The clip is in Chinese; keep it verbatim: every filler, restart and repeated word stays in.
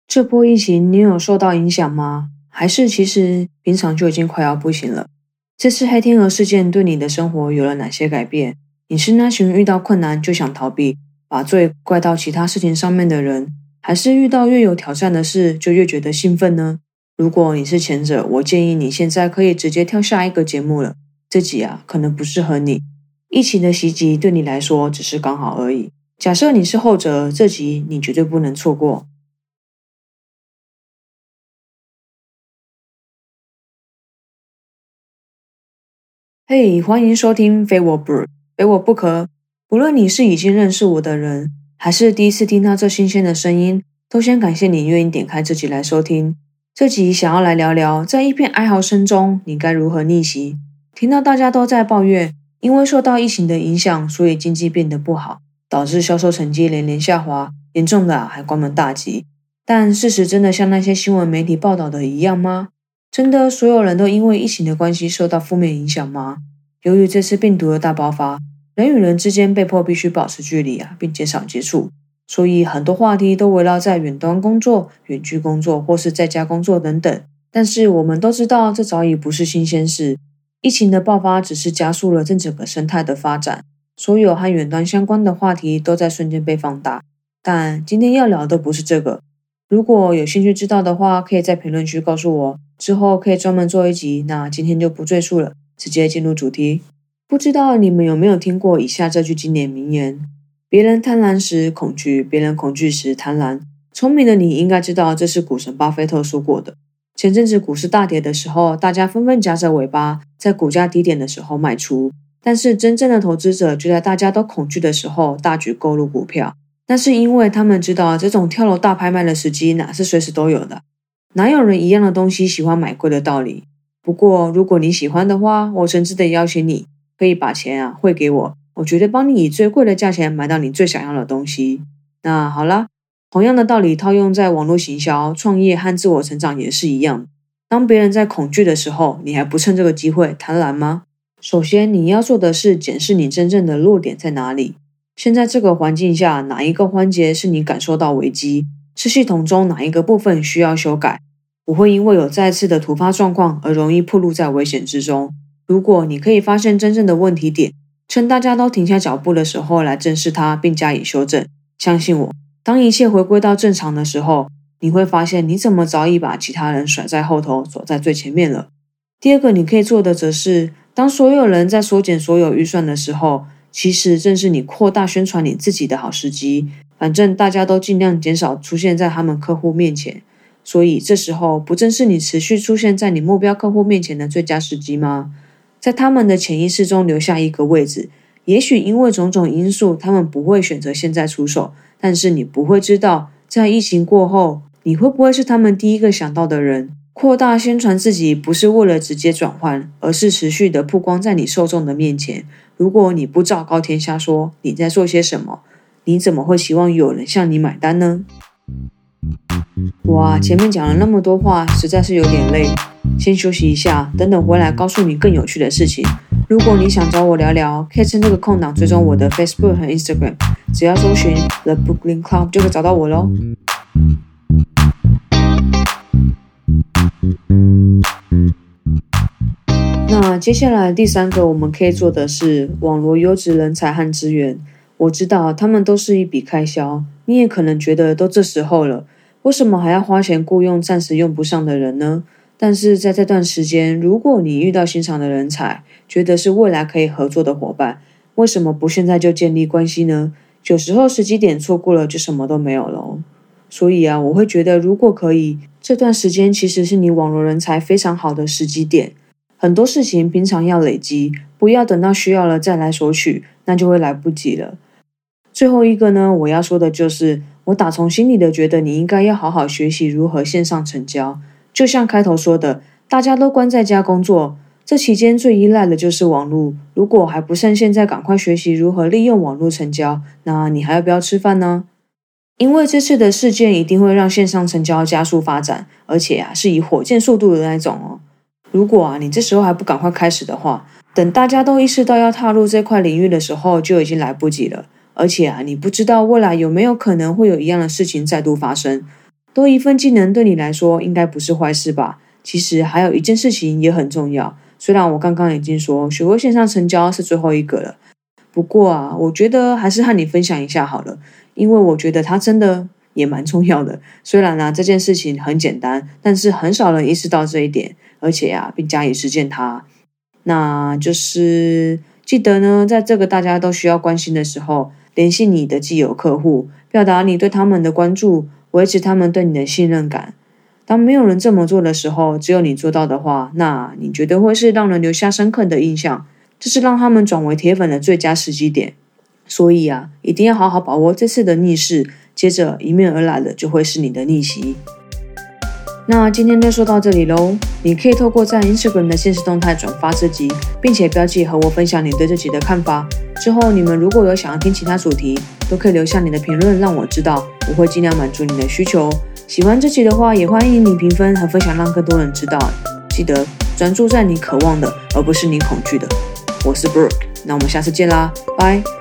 这波疫情你有受到影响吗？还是其实平常就已经快要不行了？这次黑天鹅事件对你的生活有了哪些改变？你是那群遇到困难就想逃避，把罪怪到其他事情上面的人，还是遇到越有挑战的事就越觉得兴奋呢？如果你是前者，我建议你现在可以直接跳下一个节目了。这集啊，可能不适合你。疫情的袭击对你来说只是刚好而已。假设你是后者，这集你绝对不能错过。嘿，欢迎收听非我不非我不可。不论你是已经认识我的人，还是第一次听到这新鲜的声音，都先感谢你愿意点开这集来收听。这集想要来聊聊，在一片哀嚎声中，你该如何逆袭？听到大家都在抱怨，因为受到疫情的影响，所以经济变得不好，导致销售成绩连连下滑，严重的、啊、还关门大吉。但事实真的像那些新闻媒体报道的一样吗？真的所有人都因为疫情的关系受到负面影响吗？由于这次病毒的大爆发，人与人之间被迫必须保持距离啊，并减少接触，所以很多话题都围绕在远端工作、远距工作或是在家工作等等。但是我们都知道，这早已不是新鲜事。疫情的爆发只是加速了这整个生态的发展，所有和远端相关的话题都在瞬间被放大。但今天要聊的不是这个。如果有兴趣知道的话，可以在评论区告诉我，之后可以专门做一集，那今天就不赘述了，直接进入主题。不知道你们有没有听过以下这句经典名言：别人贪婪时恐惧，别人恐惧时贪婪。聪明的你应该知道，这是股神巴菲特说过的。前阵子股市大跌的时候，大家纷纷夹着尾巴，在股价低点的时候卖出，但是真正的投资者就在大家都恐惧的时候大举购入股票。那是因为他们知道这种跳楼大拍卖的时机哪是随时都有的，哪有人一样的东西喜欢买贵的道理。不过如果你喜欢的话，我诚挚的邀请你可以把钱啊汇给我，我绝对帮你以最贵的价钱买到你最想要的东西。那好啦，同样的道理套用在网络行销、创业和自我成长也是一样。当别人在恐惧的时候，你还不趁这个机会贪婪吗？首先你要做的是检视你真正的弱点在哪里。现在这个环境下，哪一个环节是你感受到危机？是系统中哪一个部分需要修改？不会因为有再次的突发状况而容易暴露在危险之中。如果你可以发现真正的问题点，趁大家都停下脚步的时候来正视它并加以修正，相信我，当一切回归到正常的时候，你会发现你怎么早已把其他人甩在后头，走在最前面了。第二个你可以做的则是，当所有人在缩减所有预算的时候，其实正是你扩大宣传你自己的好时机。反正大家都尽量减少出现在他们客户面前，所以这时候不正是你持续出现在你目标客户面前的最佳时机吗？在他们的潜意识中留下一个位置，也许因为种种因素，他们不会选择现在出手，但是你不会知道，在疫情过后，你会不会是他们第一个想到的人？扩大宣传自己不是为了直接转换，而是持续的曝光在你受众的面前。如果你不昭告天下说你在做些什么，你怎么会希望有人向你买单呢？哇，前面讲了那么多话，实在是有点累，先休息一下，等等回来告诉你更有趣的事情。如果你想找我聊聊，可以趁这个空档追踪我的 Facebook 和 Instagram， 只要搜寻 The Brooklyn Club 就可以找到我咯。那接下来第三个我们可以做的是网罗优质人才和资源。我知道他们都是一笔开销，你也可能觉得都这时候了，为什么还要花钱雇佣暂时用不上的人呢？但是在这段时间，如果你遇到欣赏的人才，觉得是未来可以合作的伙伴，为什么不现在就建立关系呢？有时候时机点错过了就什么都没有了哦。所以啊，我会觉得如果可以，这段时间其实是你网罗人才非常好的时机点。很多事情平常要累积，不要等到需要了再来索取，那就会来不及了。最后一个呢，我要说的就是，我打从心里的觉得你应该要好好学习如何线上成交。就像开头说的，大家都关在家工作，这期间最依赖的就是网络。如果还不趁现在赶快学习如何利用网络成交，那你还要不要吃饭呢？因为这次的事件一定会让线上成交加速发展，而且啊是以火箭速度的那种哦。如果啊你这时候还不赶快开始的话，等大家都意识到要踏入这块领域的时候，就已经来不及了。而且啊，你不知道未来有没有可能会有一样的事情再度发生。 多一份技能对你来说应该不是坏事吧？其实还有一件事情也很重要，虽然我刚刚已经说学会线上成交是最后一个了，不过啊，我觉得还是和你分享一下好了，因为我觉得它真的也蛮重要的。虽然啊这件事情很简单，但是很少人意识到这一点，而且啊并加以实践它。那就是记得呢，在这个大家都需要关心的时候，联系你的既有客户，表达你对他们的关注，维持他们对你的信任感。当没有人这么做的时候，只有你做到的话，那你绝对会是让人留下深刻的印象，这是让他们转为铁粉的最佳时机点。所以啊，一定要好好把握这次的逆势，接着迎面而来的就会是你的逆袭。那今天就说到这里咯，你可以透过在 Instagram 的限时动态转发这集，并且标记和我分享你对这集的看法。之后你们如果有想要听其他主题，都可以留下你的评论让我知道，我会尽量满足你的需求。喜欢这集的话，也欢迎你评分和分享，让更多人知道。记得专注在你渴望的，而不是你恐惧的。我是 Brooke， 那我们下次见啦，拜。